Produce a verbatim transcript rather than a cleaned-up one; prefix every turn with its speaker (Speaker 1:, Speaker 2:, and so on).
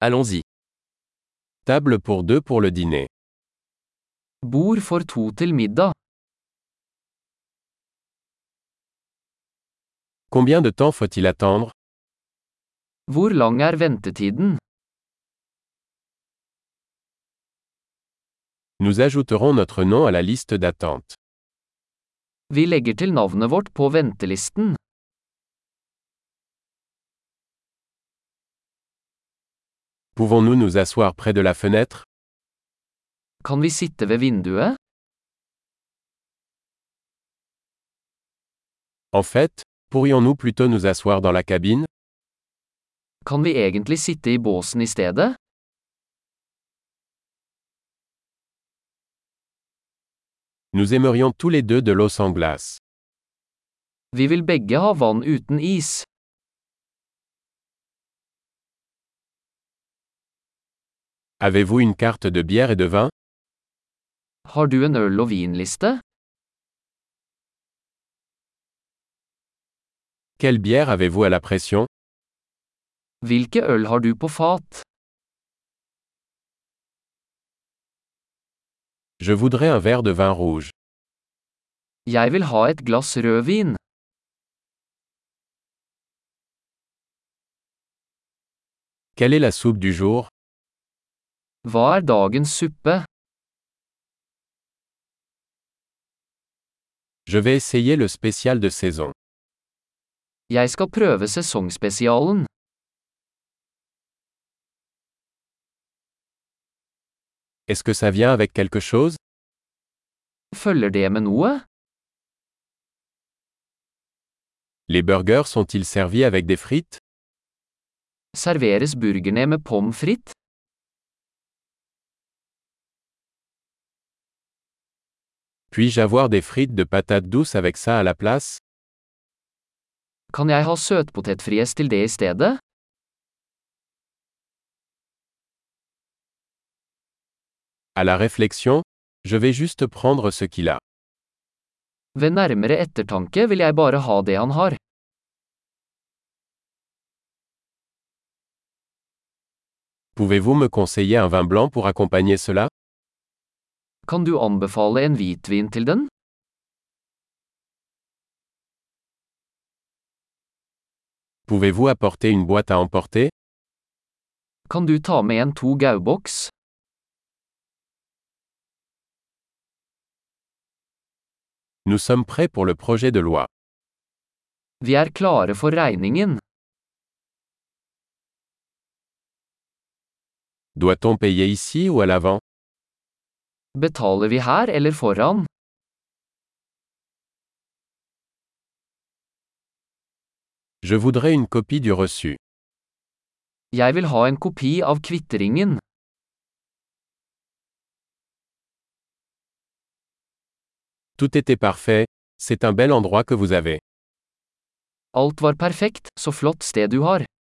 Speaker 1: Allons-y. Table pour deux pour le dîner.
Speaker 2: Bord for to til middag.
Speaker 1: Combien de temps faut-il attendre?
Speaker 2: Hvor lang er ventetiden?
Speaker 1: Nous ajouterons notre nom à la liste d'attente.
Speaker 2: Vi legger til navnet vårt på ventelisten.
Speaker 1: Pouvons-nous nous asseoir près de la fenêtre?
Speaker 2: Kan vi sitte ved vinduet?
Speaker 1: En fait, pourrions-nous plutôt nous asseoir dans la cabine?
Speaker 2: Kan vi egentlig sitte i båsen i stedet?
Speaker 1: Nous aimerions tous les deux de l'eau sans glace.
Speaker 2: Vi vil begge ha vann uten is.
Speaker 1: Avez-vous une carte de bière et de vin?
Speaker 2: Har du en øl- og vinliste?
Speaker 1: Quelle bière avez-vous à la pression?
Speaker 2: Hvilke øl har du på fat?
Speaker 1: Je voudrais un verre de vin rouge.
Speaker 2: Jeg vil ha et glass rødvin.
Speaker 1: Quelle est la soupe du jour?
Speaker 2: Hva er dagens suppe?
Speaker 1: Je vais essayer le spécial de saison.
Speaker 2: Jeg skal prøve sesongspesialen.
Speaker 1: Est-ce que ça vient avec quelque chose?
Speaker 2: Følger det med noe?
Speaker 1: Les burgers sont-ils servis avec des frites?
Speaker 2: Serveres burgerne med pommes frites?
Speaker 1: Puis-je avoir des frites de patates douces avec ça à la place?
Speaker 2: Kan jeg ha søtpotetfries til det i stedet?
Speaker 1: À la réflexion, je vais juste prendre ce qu'il a.
Speaker 2: Ved nærmere ettertanke vil jeg bare ha det han har.
Speaker 1: Pouvez-vous me conseiller un vin blanc pour accompagner cela?
Speaker 2: Kan du anbefale en hvitvin til den?
Speaker 1: Pouvez-vous apporter une boîte à emporter?
Speaker 2: Kan du ta med en to gauboks?
Speaker 1: Nous sommes prêts pour le projet de loi.
Speaker 2: Vi er klare for regningen.
Speaker 1: Doit-on payer ici ou à l'avant?
Speaker 2: Betaler vi her eller foran?
Speaker 1: Je voudrais une copie du reçu.
Speaker 2: Jeg vil ha en kopi av kvitteringen.
Speaker 1: Tout était parfait, c'est un bel endroit que vous avez.
Speaker 2: Alt var perfekt, så flott sted du har.